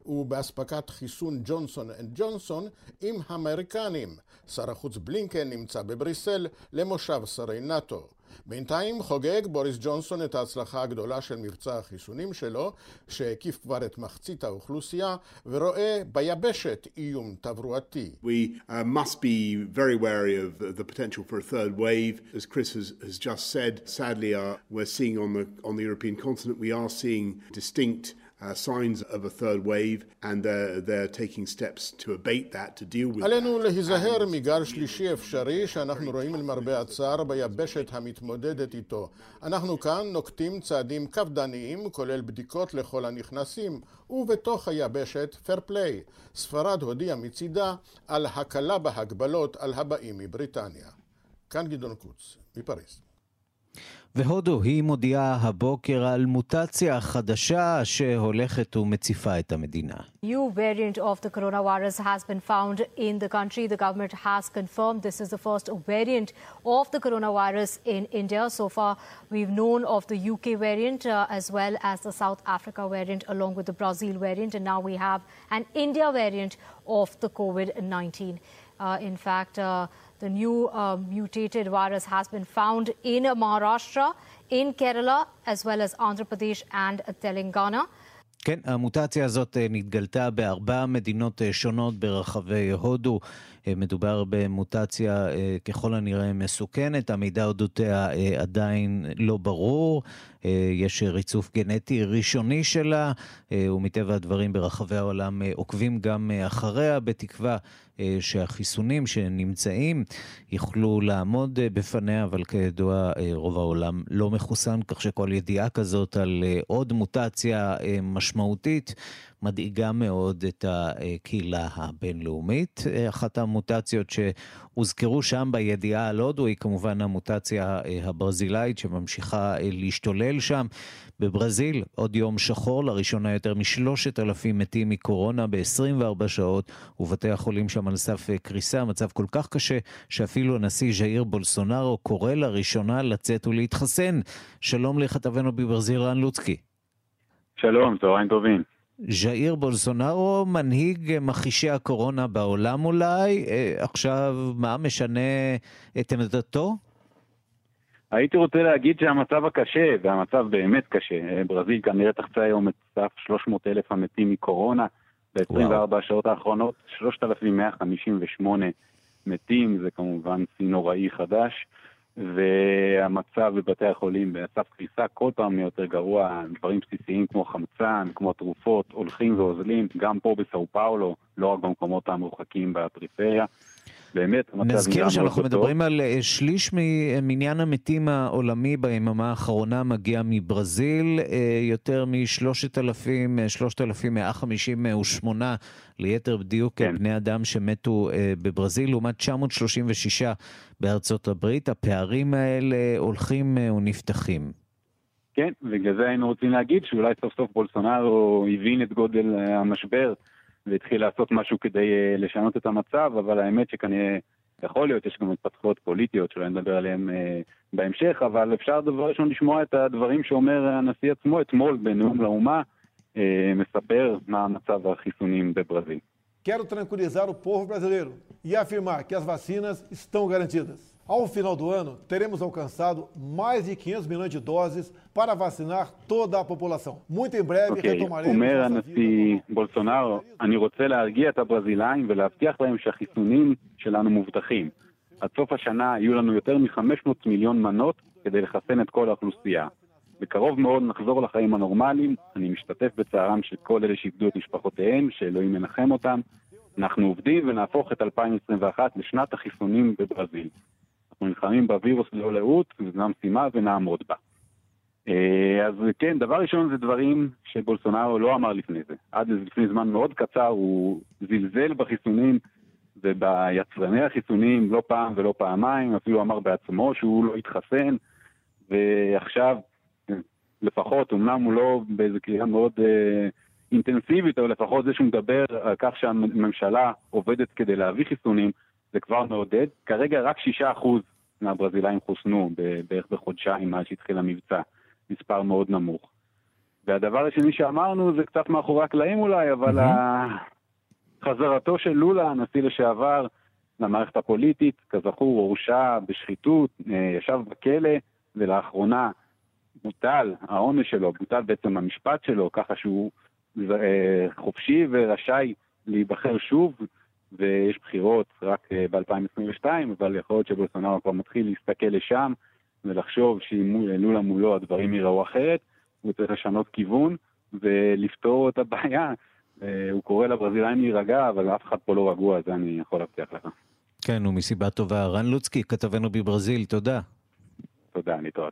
ובאספקת חיסון ג'ונסון אנד ג'ונסון עם האמריקנים. שר החוץ בלינקן נמצא בבריסל למושב שרי נאטו. בינתיים חוגג בוריס ג'ונסון את ההצלחה הגדולה של מבצע החיסונים שלו, שהקיף כבר את מחצית האוכלוסייה, ורואה ביבשת איום תברואתי. We uh, must be very wary of the, the potential for a third wave. As Chris has, has just said, sadly uh, we're seeing on the, on the European continent, we are seeing distinct Uh, signs of a third wave, and they're, they're taking steps to abate that, to deal with עלינו להיזהר מגל שלישי אפשרי שאנחנו רואים למרבה הצער ביבשת המתמודדת איתו. אנחנו כאן נוקטים צעדים קפדניים, כולל בדיקות לכל הנכנסים, ובתוך היבשת פייר פליי. ספרד הודיעה מצידה על הקלה בהגבלות על הבאים מבריטניה. כאן גדעון קוץ, מפריז. והודו היא מודיעה הבוקר על מוטציה חדשה שהולכת ומציפה את המדינה. New variant of the coronavirus has been found in the country. The government has confirmed this is the first variant of the coronavirus in India. So far, we've known of the U K variant uh, as well as the South Africa variant along with the Brazil variant. And now we have an India variant of the COVID nineteen. Uh, in fact, uh, the new uh, mutated virus has been found in Maharashtra, in Kerala, as well as Andhra Pradesh and Telangana. כן, המוטציה הזאת נתגלתה בארבע מדינות שונות ברחבי הודו. מדובר במוטציה ככל הנראה מסוכנת, המידע אודותיה עדיין לא ברור. יש ריצוף גנטי ראשוני שלה, ומטבע הדברים ברחבי העולם עוקבים גם אחריה, בתקווה שהחיסונים שנמצאים יוכלו לעמוד בפניה, אבל כידוע רוב העולם לא מחוסן, כך שכל ידיעה כזאת על עוד מוטציה משמעותית מדאיגה מאוד את הקהילה הבינלאומית. אחת המוטציות שהוזכרו שם בידיעה על הודו היא כמובן המוטציה הברזילאית שממשיכה להשתולל שם. בברזיל עוד יום שחור, לראשונה יותר משלושת אלפים מתים מקורונה ב-עשרים וארבע שעות, ובתי החולים שם על סף קריסה, מצב כל כך קשה שאפילו הנשיא ז'איר בולסונארו קורא לראשונה לצאת ולהתחסן. שלום לכתבנו בברזיל רן לוצקי. שלום, צהריים טובים. ז'איר בולסונארו, מנהיג מכחישי הקורונה בעולם אולי, עכשיו מה משנה את עמדתו? הייתי רוצה להגיד שהמצב הקשה, והמצב באמת קשה, ברזיל כנראה תחצה היום את סף שלוש מאות אלף המתים מקורונה, ב-עשרים וארבע השעות האחרונות, שלושת אלפים מאה חמישים ושמונה מתים, זה כמובן שיא נוראי חדש, והמצב בבתי החולים בסף קריסה כל פעם יותר גרוע, דברים בסיסיים כמו חמצן, כמו תרופות, הולכים ואוזלים, גם פה בסאו פאולו, לא רק במקומות המרוחקים בפריפריה. באמת, נזכיר שאנחנו מדברים על שליש ממניין המתים העולמי ביממה האחרונה מגיע מברזיל, יותר מ-שלושת אלפים, שלושת אלפים מאה חמישים ושמונה ליתר בדיוק כן. בני אדם שמתו בברזיל, לעומת תשע מאות שלושים ושש בארצות הברית. הפערים האלה הולכים ונפתחים. כן, בגלל זה היינו רוצים להגיד שאולי סוף סוף בולסונארו הבין את גודל המשבר, והתחיל לעשות משהו כדי לשנות את המצב, אבל האמת שכנראה יכול להיות, יש גם התפתחויות פוליטיות שלא נדבר עליהן אה, בהמשך, אבל אפשר דבר ראשון לשמוע את הדברים שאומר הנשיא עצמו אתמול בנאום לאומה, אה, מספר מה מצב החיסונים בברזיל. Quero tranquilizar o povo brasileiro e afirmar que as vacinas estão garantidas. Ao final do ano, teremos alcançado mais de quinhentos milhões de doses para vacinar toda a população. Muito em breve okay. retomaremos... אומר הנשיא בולסונארו, אני רוצה להרגיע את הברזילאים ולהבטיח להם שהחיסונים שלנו מובטחים. עד סוף השנה יהיו לנו יותר מ-חמש מאות מיליון מנות כדי לחסן את כל האוכלוסייה. בקרוב מאוד נחזור לחיים הנורמליים, אני משתתף בצערם של כל אלה שאיבדו את משפחותיהם, שאלוהים מנחם אותם. אנחנו עובדים ונהפוך את אלפיים עשרים ואחת לשנת החיסונים בברזיל. אנחנו נלחמים בווירוס ללא לאות, וזו המשימה ונעמוד בה. אז כן, דבר ראשון זה דברים שבולסונארו לא אמר לפני זה. עד לפני זמן מאוד קצר הוא זלזל בחיסונים וביצרני החיסונים לא פעם ולא פעמיים, אפילו אמר בעצמו שהוא לא התחסן, ועכשיו לפחות, אמנם הוא לא באיזו קריאה מאוד אה, אינטנסיבית, אבל לפחות זה שהוא מדבר על כך שהממשלה עובדת כדי להביא חיסונים, זה כבר מעודד. כרגע רק שישה אחוז מהברזילאים חוסנו בערך בחודשיים מאז שהתחיל המבצע, מספר מאוד נמוך. והדבר השני שאמרנו זה קצת מאחורי הקלעים אולי, אבל mm-hmm. חזרתו של לולה, הנשיא לשעבר, למערכת הפוליטית, כזכור, הורשע בשחיתות, ישב בכלא, ולאחרונה בוטל העונש שלו, בוטל בעצם המשפט שלו, ככה שהוא חופשי ורשאי להיבחר שוב, ויש בחירות רק ב-אלפיים עשרים ושתיים, אבל יכול להיות שבולסונארו כבר מתחיל להסתכל לשם, ולחשוב שאם לולה מולו הדברים ייראו אחרת, הוא צריך לשנות כיוון, ולפתור את הבעיה. הוא קורא לברזילאים להירגע, אבל אף אחד פה לא רגוע, זה אני יכול להבטיח לך. כן, ומסיבה טובה. רן לוצקי, כתבנו בברזיל, תודה. תודה, נתראות.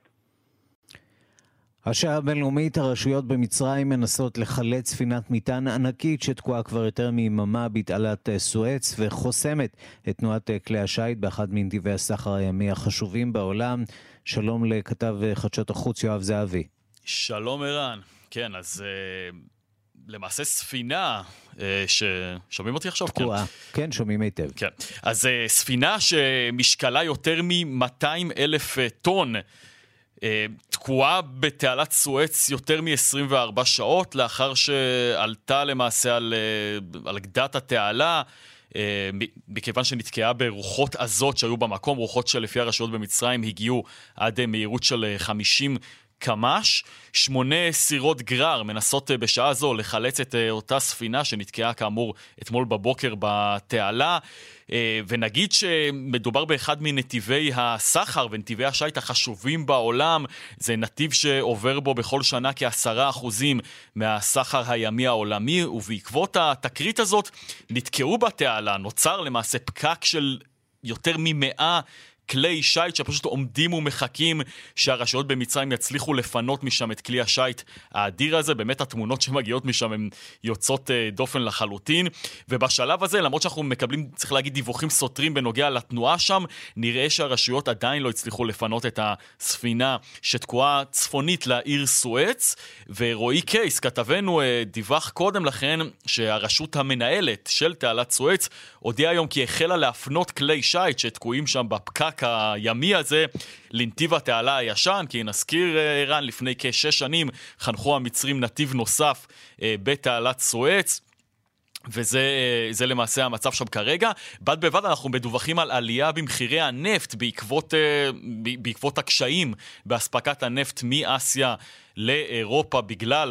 השעה הבינלאומית, הרשויות במצרים מנסות לחלץ ספינת מטען ענקית שתקועה כבר יותר מיממה בתעלת סואץ וחוסמת את תנועת כלי השיט באחד מנתיבי הסחר הימי החשובים בעולם. שלום לכתב חדשות החוץ יואב זהבי. שלום ערן. כן, אז למעשה ספינה ששומעים אותי עכשיו? תקועה. כן, כן שומעים היטב. כן. אז ספינה שמשקלה יותר מ-מאתיים אלף טון תקועה בתעלת סואץ יותר מ-עשרים וארבע שעות לאחר שעלתה למעשה על, על גדת התעלה, מכיוון שנתקעה ברוחות עזות שהיו במקום, רוחות שלפי הרשויות במצרים הגיעו עד מהירות של חמישים קמ"ש. שמונה סירות גרר מנסות בשעה זו לחלץ את אותה ספינה שנתקעה כאמור אתמול בבוקר בתעלה, ונגיד שמדובר באחד מנתיבי הסחר ונתיבי השייט החשובים בעולם. זה נתיב שעובר בו בכל שנה כעשרה אחוזים מהסחר הימי העולמי, ובעקבות התקרית הזאת נתקעו בתעלה, נוצר למעשה פקק של יותר ממאה כלי שייט שפשוט עומדים ומחכים שהרשויות במצרים יצליחו לפנות משם את כלי השייט האדיר הזה. באמת התמונות שמגיעות משם הן יוצאות דופן לחלוטין, ובשלב הזה למרות שאנחנו מקבלים, צריך להגיד, דיווחים סותרים בנוגע לתנועה שם, נראה שהרשויות עדיין לא הצליחו לפנות את הספינה שתקועה צפונית לעיר סואץ. ורועי קייס כתבנו דיווח קודם לכן שהרשות המנהלת של תעלת סואץ הודיעה היום כי החלה להפנות כלי שייט שתקועים שם בפקק הפקק הימי הזה לנתיב התעלה הישן, כי נזכיר ערן, לפני כשש שנים חנכו המצרים נתיב נוסף בתעלת סואץ, וזה זה למעשה המצב שם כרגע. בד בבד אנחנו מדווחים על עלייה במחירי הנפט בעקבות, בעקבות הקשיים בהספקת הנפט מאסיה לאירופה בגלל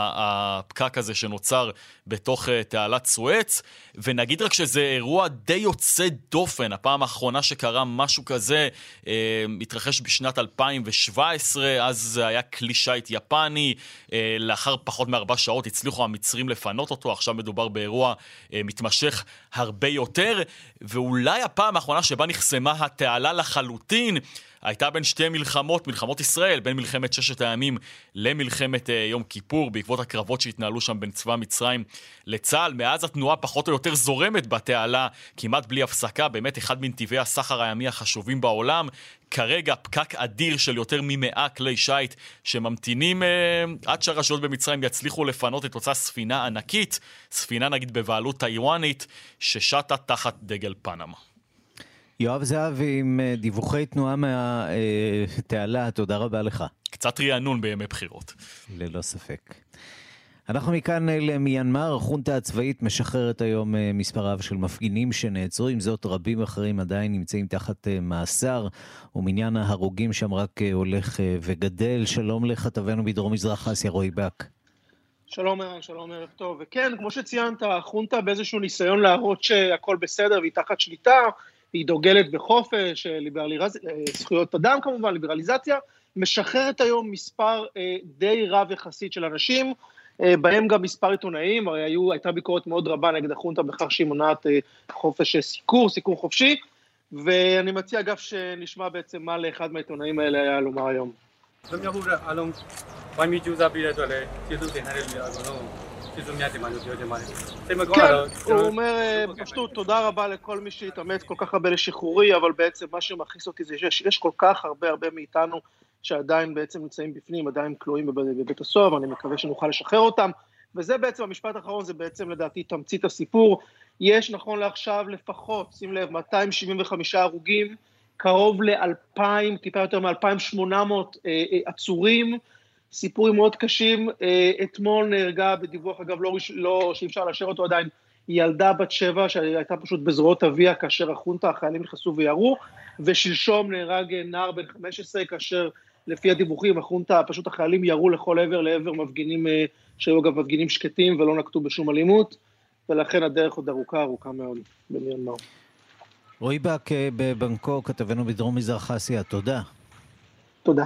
הפקק הזה שנוצר בתוך תעלת סואץ. ונגיד רק שזה אירוע די יוצא דופן. הפעם האחרונה שקרה משהו כזה אה, התרחש בשנת אלפיים שבע עשרה, אז זה היה כלי שייט יפני, אה, לאחר פחות מארבע שעות הצליחו המצרים לפנות אותו. עכשיו מדובר באירוע אה, מתמשך הרבה יותר, ואולי הפעם האחרונה שבה נחסמה התעלה לחלוטין הייתה בין שתי מלחמות, מלחמות ישראל, בין מלחמת ששת הימים למלחמת uh, יום כיפור, בעקבות הקרבות שהתנהלו שם בין צבא מצרים לצה"ל. מאז התנועה פחות או יותר זורמת בתעלה, כמעט בלי הפסקה, באמת אחד מנתיבי הסחר הימי החשובים בעולם. כרגע פקק אדיר של יותר ממאה כלי שייט שממתינים uh, עד שהרשויות במצרים יצליחו לפנות את אותה ספינה ענקית, ספינה נגיד בבעלות טיוואנית, ששטה תחת דגל פנמה. יואב זהבי עם דיווחי תנועה מהתעלה, תודה רבה לך. קצת רענון בימי בחירות. ללא ספק. אנחנו מכאן למיינמר, החונטה הצבאית משחררת היום מספר רב של מפגינים שנעצרו, עם זאת רבים אחרים עדיין נמצאים תחת מאסר, ומניין ההרוגים שם רק הולך וגדל. שלום לכתבנו בדרום מזרח אסיה, רועי בק. שלום ערן, שלום ערב טוב. וכן, כמו שציינת, החונטה באיזשהו ניסיון להראות שהכל בסדר והיא תחת שליטה, היא דוגלת בחופש, ליברליז... זכויות אדם כמובן, ליברליזציה, משחררת היום מספר אה, די רב יחסית של אנשים, אה, בהם גם מספר עיתונאים, הרי היו, הייתה ביקורת מאוד רבה נגד החונטה בכך שהיא מונעת אה, חופש סיקור, סיקור חופשי, ואני מציע אגב שנשמע בעצם מה לאחד מהעיתונאים האלה היה לומר היום. כן, הוא אומר פשוט תודה רבה לכל מי שהתאמץ כל כך הרבה לשחרורי, אבל בעצם מה שמכניס אותי זה שיש כל כך הרבה הרבה מאיתנו שעדיין בעצם נמצאים בפנים, עדיין כלואים בבית הסוהר, ואני מקווה שנוכל לשחרר אותם, וזה בעצם המשפט האחרון, זה בעצם לדעתי תמצית הסיפור. יש נכון לעכשיו לפחות, שים לב, מאתיים שבעים וחמישה הרוגים, קרוב ל-אלפיים, טיפה יותר מ-אלפיים ושמונה מאות אה, אה, עצורים, סיפורים מאוד קשים. אה, אתמול נהרגה בדיווח, אגב לא, לא שאי אפשר לאשר אותו עדיין, ילדה בת שבע שהייתה פשוט בזרועות אביה כאשר החונטה, החיילים נכנסו וירו, ושלשום נהרג נער בן חמש עשרה כאשר לפי הדיווחים החונטה, פשוט החיילים ירו לכל עבר, לעבר מפגינים אה, שהיו אגב מפגינים שקטים ולא נקטו בשום אלימות, ולכן הדרך עוד ארוכה, ארוכה מאוד במיינמר. רועי בק בבנקוק, כתבנו בדרום מזרח אסיה, תודה. תודה.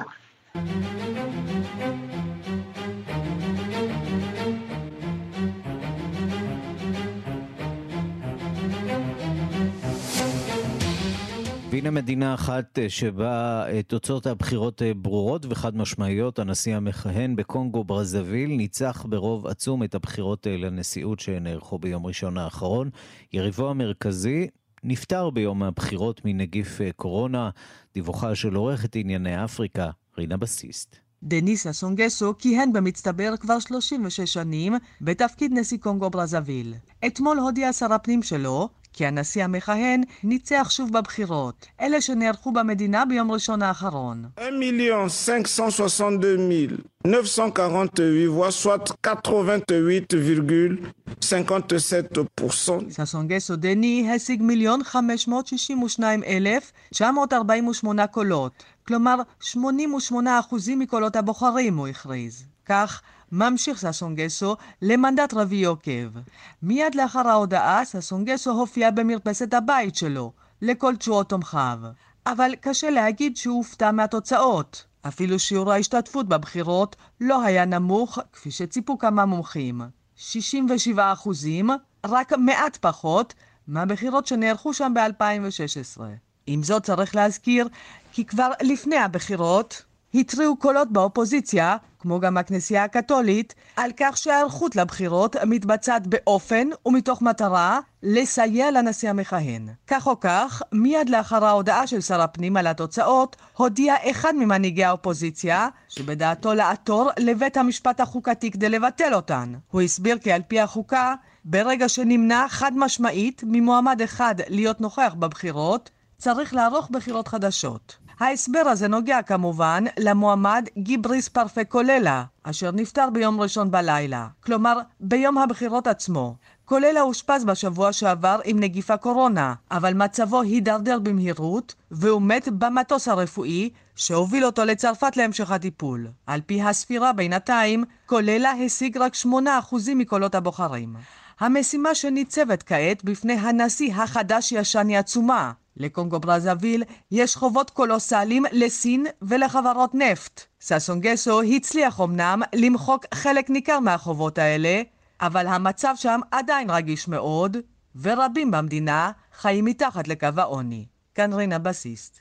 והנה מדינה אחת שבה תוצאות הבחירות ברורות וחד משמעיות. הנשיא המכהן בקונגו ברזוויל ניצח ברוב עצום את הבחירות לנשיאות שנערכו ביום ראשון האחרון. יריבו המרכזי נפטר ביום הבחירות מנגיף קורונה. דיווחה של עורכת ענייני אפריקה, רינה בסיסט. דניס סאסו נגסו כיהן במצטבר כבר שלושים ושש שנים בתפקיד נשיא קונגו ברזוויל. אתמול הודיע שר הפנים שלו כי הנשיא המכהן ניצח שוב בבחירות, אלה שנערכו במדינה ביום ראשון האחרון. un million cinq cent soixante-deux mille neuf cent quarante-huit voix, soit quatre-vingt-huit virgule cinquante-sept pour cent. סאסו נגסו דני השיג מיליון חמש מאות שישים ושניים אלף תשע מאות ארבעים ושמונה קולות, כלומר שמונים ושמונה אחוזים מקולות הבוחרים, הוא הכריז. כך ממשיך סאסו נגסו למנדט רביעי עוקב. מיד לאחר ההודעה סאסו נגסו הופיע במרפסת הבית שלו לכל תשואות תומכיו, אבל קשה להגיד שהוא הופתע מהתוצאות. אפילו שיעור ההשתתפות בבחירות לא היה נמוך כפי שציפו כמה מומחים, שישים ושבעה אחוזים, רק מעט פחות מהבחירות שנערכו שם ב-אלפיים ושש עשרה. עם זאת צריך להזכיר כי כבר לפני הבחירות התריעו קולות באופוזיציה, כמו גם הכנסייה הקתולית, על כך שהערכות לבחירות מתבצעת באופן ומתוך מטרה לסייע לנשיא המכהן. כך או כך, מיד לאחר ההודעה של שר הפנים על התוצאות, הודיע אחד ממנהיגי האופוזיציה שבדעתו לעתור לבית המשפט החוקתי כדי לבטל אותן. הוא הסביר כי על פי החוקה, ברגע שנמנע חד משמעית ממועמד אחד להיות נוכח בבחירות, צריך לערוך בחירות חדשות. ההסבר הזה נוגע כמובן למועמד גיבריס פרפקוללה, אשר נפטר ביום ראשון בלילה, כלומר ביום הבחירות עצמו. קוללה אושפז בשבוע שעבר עם נגיף הקורונה, אבל מצבו הידרדר במהירות, והוא מת במטוס הרפואי שהוביל אותו לצרפת להמשך הטיפול. על פי הספירה בינתיים, קוללה השיג רק שמונה אחוז מקולות הבוחרים. המשימה שניצבת כעת בפני הנשיא החדש ישן היא עצומה. לקונגו ברזוויל יש חובות קולוסליים לסין ולחברות נפט. סאסון גסו הצליח אמנם למחוק חלק ניכר מהחובות האלה, אבל המצב שם עדיין רגיש מאוד, ורבים במדינה חיים מתחת לקו העוני. כאן רינה בסיסט.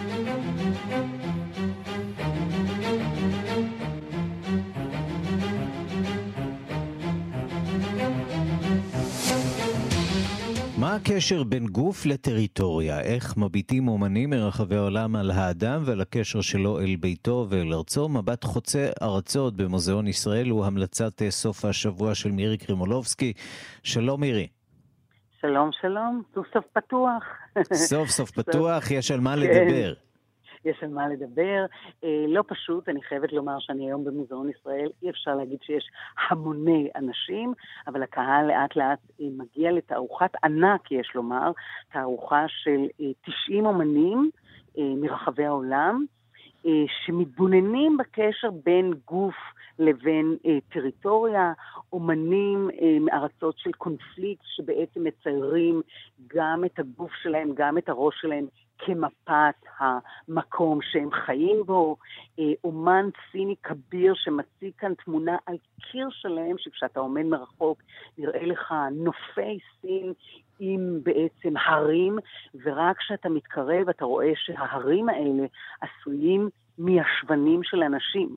מה הקשר בין גוף לטריטוריה? איך מביטים אומנים מרחבי העולם על האדם ועל הקשר שלו אל ביתו ואל ארצו? מבט חוצה ארצות במוזיאון ישראל הוא המלצת סוף השבוע של מירי קרימולובסקי. שלום מירי. שלום שלום, סוף סוף פתוח. סוף סוף פתוח, יש על מה לדבר. יש על מה לדבר. אה, לא פשוט, אני חייבת לומר שאני היום במוזיאון ישראל, אי אפשר להגיד שיש המוני אנשים, אבל הקהל לאט לאט אה, מגיע לתערוכת ענק, יש לומר, תערוכה של אה, תשעים אומנים אה, מרחבי העולם, אה, שמתבוננים בקשר בין גוף לבין אה, טריטוריה, אומנים אה, מארצות של קונפליקט, שבעצם מציירים גם את הגוף שלהם, גם את הראש שלהם, כמפת המקום שהם חיים בו. אומן סיני כביר שמציג כאן תמונה על קיר שלהם, שכשאתה עומד מרחוק נראה לך נופי סין עם בעצם הרים, ורק כשאתה מתקרב אתה רואה שההרים האלה עשויים מישבנים של אנשים.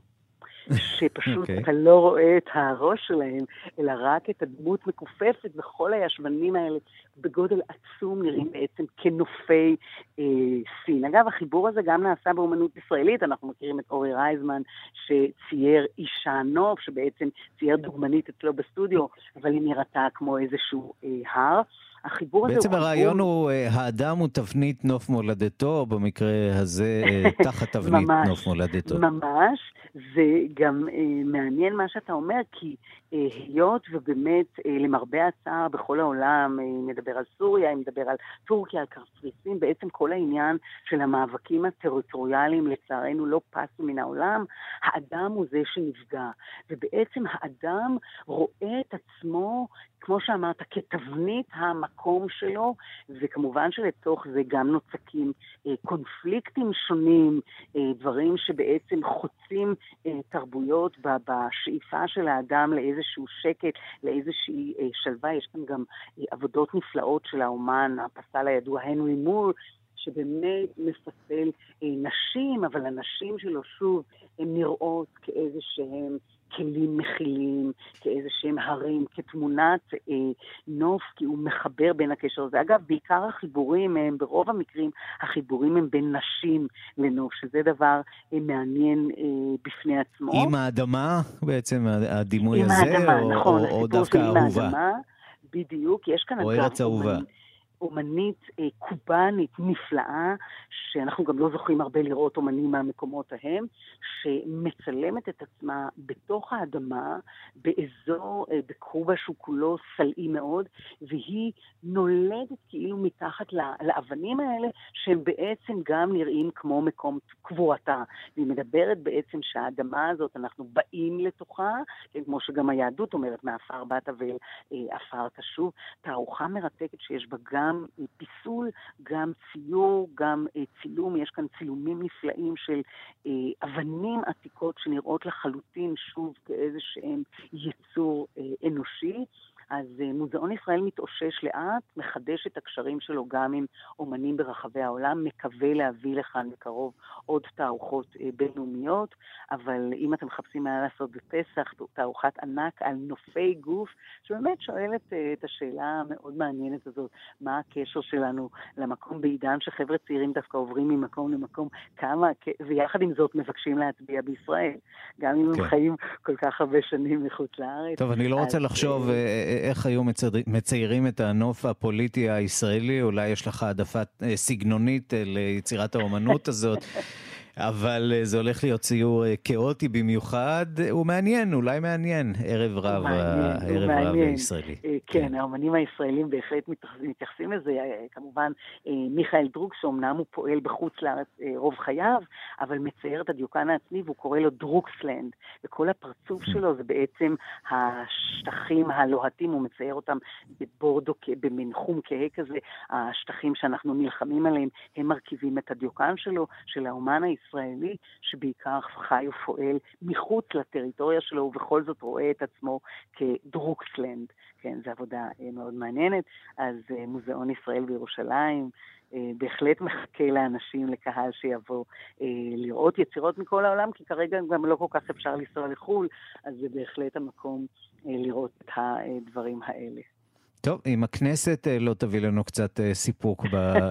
שפשוט okay. אתה לא רואה את הראש שלהם, אלא רק את הדמות מקופפת, וכל הישבנים האלה בגודל עצום נראים בעצם כנופי אה, סין. אגב, החיבור הזה גם נעשה באומנות ישראלית, אנחנו מכירים את אורי רייזמן שצייר אישה נוף, שבעצם צייר דוגמנית אצלו בסטודיו, אבל היא נראתה כמו איזשהו אה, הר. החיבור הזה בעצם הרעיון הוא, האדם הוא תבנית נוף מולדתו, במקרה הזה תחת תבנית ממש, נוף מולדתו. ממש, וגם אה, מעניין מה שאתה אומר, כי אה, היות ובאמת אה, למרבה הצער בכל העולם, אה, מדבר על סוריה, מדבר על טורקיה, על קפריסין, בעצם כל העניין של המאבקים הטריטוריאליים לצערנו לא פסו מן העולם, האדם הוא זה שנפגע, ובעצם האדם רואה את עצמו, כמו שאמרת, כתבנית המקום שלו, וכמובן שלתוך זה גם נוצקים אה, קונפליקטים שונים, אה, דברים שבעצם חוצים אה, תרבויות בשאיפה של האדם לאיזשהו שקט, לאיזושהי אה, שלווה. יש כאן גם אה, עבודות נפלאות של האומן, הפסל הידוע הנרי מור, שבאמת מפסל אה, נשים, אבל הנשים שלו שוב הן נראות כאיזה שהם כלים מכילים, כאיזה שהם הרים, כתמונת אה, נוף, כי הוא מחבר בין הקשר הזה. אגב, בעיקר החיבורים הם, ברוב המקרים, החיבורים הם בין נשים לנוף, שזה דבר אה, מעניין אה, בפני עצמו. עם האדמה, בעצם הדימוי עם הזה, האדמה, או, נכון, או, או דווקא אהובה? האדמה, בדיוק, יש כאן או ארץ אהובה. אומנית אה, קובנית נפלאה, שאנחנו גם לא זוכים הרבה לראות אומנים מהמקומות ההם, שמצלמת את עצמה בתוך האדמה, באזור, אה, בקובה שהוא כולו סלעי מאוד, והיא נולדת כאילו מתחת לאבנים האלה, שהם בעצם גם נראים כמו מקום קבורתה. והיא מדברת בעצם שהאדמה הזאת, אנחנו באים לתוכה, כמו שגם היהדות אומרת, מאפר באת ואל עפר תשוב, תערוכה מרתקת שיש בה גם גם פיסול, גם ציור, גם אה, צילום. יש כאן צילומים נפלאים של אה, אבנים עתיקות שנראות לחלוטין שוב כאיזה שהם יצור אה, אנושי. אז מוזיאון ישראל מתאושש לאט, מחדש את הקשרים שלו גם עם אומנים ברחבי העולם, מקווה להביא לכאן בקרוב עוד תערוכות בינלאומיות, אבל אם אתם מחפשים מה לעשות בפסח, תערוכת ענק על נופי גוף, שבאמת שואלת את השאלה המאוד מעניינת הזאת, מה הקשר שלנו למקום בעידן שחבר'ה צעירים דווקא עוברים ממקום למקום, כמה, ויחד עם זאת מבקשים להצביע בישראל, גם אם הם חיים כל כך הרבה שנים מחוץ לארץ. טוב, אני לא רוצה לחשוב איך היו מציירים את הנוף הפוליטי הישראלי, אולי יש לך העדפת סגנונית ליצירת האומנות הזאת, אבל זה הולך להיות ציור כאוטי במיוחד, הוא מעניין, אולי מעניין, ערב רב, הערב רב הישראלי. כן, האומנים הישראלים בהחלט מתייחסים לזה, כמובן מיכאל דרוקס, שאומנם הוא פועל בחוץ לארץ רוב חייו, אבל מצייר את הדיוקן העצמי, והוא קורא לו דרוקסלנד, וכל הפרצוף שלו זה בעצם השטחים הלוהטים, הוא מצייר אותם בבורדו, במין חום כהה כזה, השטחים שאנחנו נלחמים עליהם, הם מרכיבים את הדיוקן שלו, של האומן הישראלי, ישראלי שבעיקר חי ופועל מחוץ לטריטוריה שלו ובכל זאת רואה את עצמו כדרוקסלנד. כן, זו עבודה מאוד מעניינת. אז מוזיאון ישראל בירושלים בהחלט מחכה לאנשים, לקהל שיבוא לראות יצירות מכל העולם, כי כרגע גם לא כל כך אפשר לנסוע לחול, אז זה בהחלט המקום לראות את הדברים האלה. טוב, אם הכנסת לא תביא לנו קצת סיפוק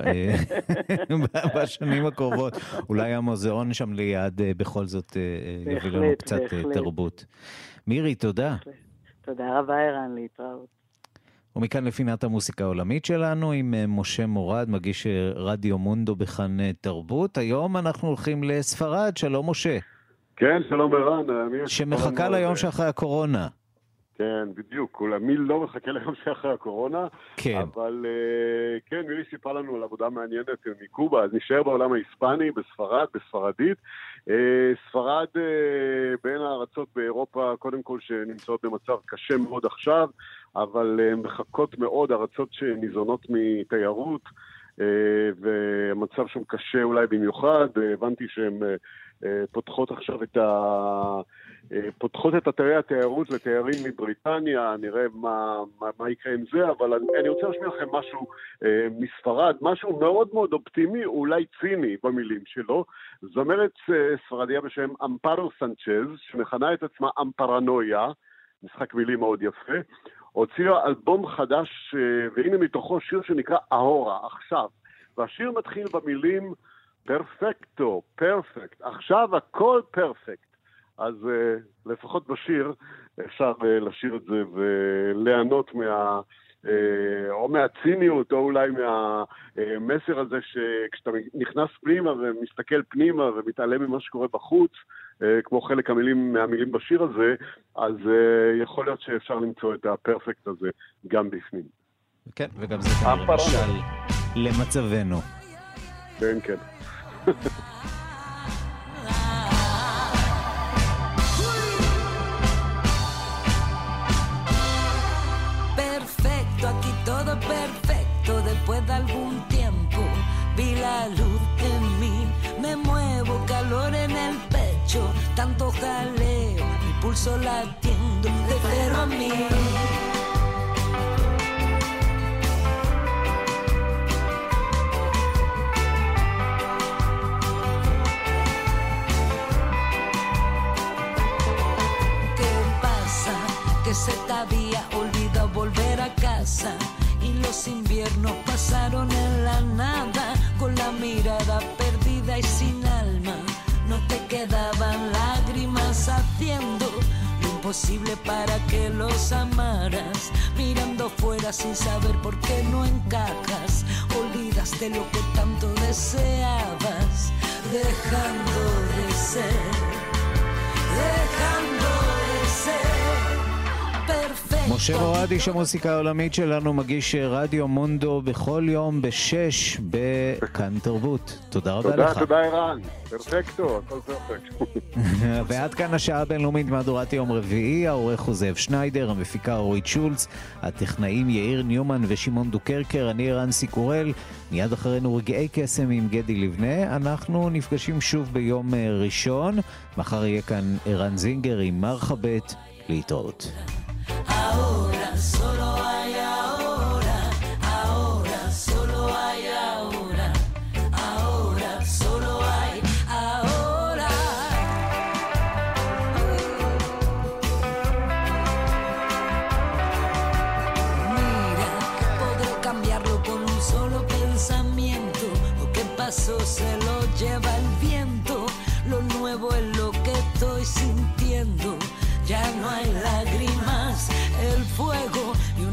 בשנים הקרובות, אולי המוזיאון שם ליד בכל זאת יביא לנו קצת תרבות. מירי, תודה. תודה רבה, ערן, להתראות. ומכאן לפינת המוסיקה העולמית שלנו עם משה מורד, מגיש רדיו מונדו בכאן תרבות. היום אנחנו הולכים לספרד. שלום משה. כן, שלום ערן. שמחכה ליום שאחרי הקורונה. כן, בדיוק. כולה מי לא מחכה ליום שאחרי הקורונה, כן. אבל כן, מירי סיפרה לנו על עבודה מעניינת מקובה, אז נשאר בעולם ההיספני, בספרד, בספרדית. ספרד בין הארצות באירופה, קודם כל שנמצאות במצב קשה מאוד עכשיו, אבל מחכות מאוד ארצות שניזונות מתיירות, והמצב שם קשה אולי במיוחד. הבנתי שהן פותחות עכשיו את ה... פותחות את אתרי התיירות לתיירים מבריטניה, נראה מה, מה, מה יקרה עם זה, אבל אני, אני רוצה להשמיע לכם משהו אה, מספרד, משהו מאוד מאוד אופטימי, אולי ציני במילים שלו. זמרת אה, ספרדיה בשם אמפרו סנצ'ז, שמכנה את עצמה אמפרנויה, משחק מילים מאוד יפה, הוציאה אלבום חדש, אה, והנה מתוכו שיר שנקרא אהורה, עכשיו, והשיר מתחיל במילים פרפקטו, פרפקט, עכשיו הכל פרפקט. אז uh, לפחות בשיר אפשר uh, לשיר את זה ולענות מה, uh, או מהציניות או אולי מהמסר הזה שכשאתה נכנס פנימה ומסתכל פנימה ומתעלם ממה שקורה בחוץ, uh, כמו חלק המילים, מהמילים בשיר הזה, אז uh, יכול להיות שאפשר למצוא את הפרפקט הזה גם בפנים. כן, וגם זה כנראה משל למצבנו. כן, כן. Aquí todo perfecto, después de algún tiempo vi la luz en mí, me muevo, calor en el pecho, tanto jaleo, mi pulso latiendo de cero a mil. ¿Qué pasa? Que se te había olvidado volver a casa y los inviernos pasaron en la nada con la mirada perdida y sin alma. No te quedaban lágrimas haciendo lo imposible para que los amaras, mirando fuera sin saber por qué no encajas. Olvidaste lo que tanto deseabas, dejando de ser, dejando de ser. משה מורד, איש המוסיקה העולמית שלנו, מגיש רדיו מונדו בכל יום בשש בכאן תרבות. תודה רבה לך. תודה, תודה ערן. פרפקטו, הכל פרפקט. ועד כאן השעה הבינלאומית מהדורת יום רביעי, העורך הוא זאב שניידר, המפיקה אורית שולץ, הטכנאים יאיר ניומן ושמעון דוקרקר, אני ערן סיקורל, מיד אחרינו רגעי קסם עם גדי לבנה. אנחנו נפגשים שוב ביום ראשון, מחר יהיה כאן ערן זינגר עם מרחבת, להתראות. Ahora solo hay ahora, ahora solo hay ahora, ahora solo hay ahora. Mira, podré cambiarlo con un solo pensamiento. Lo que pasó se lo lleva el viento. Lo nuevo es lo que estoy sintiendo. Ya no hay lágrimas, el fuego y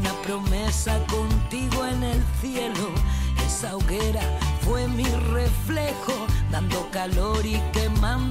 calor y quemando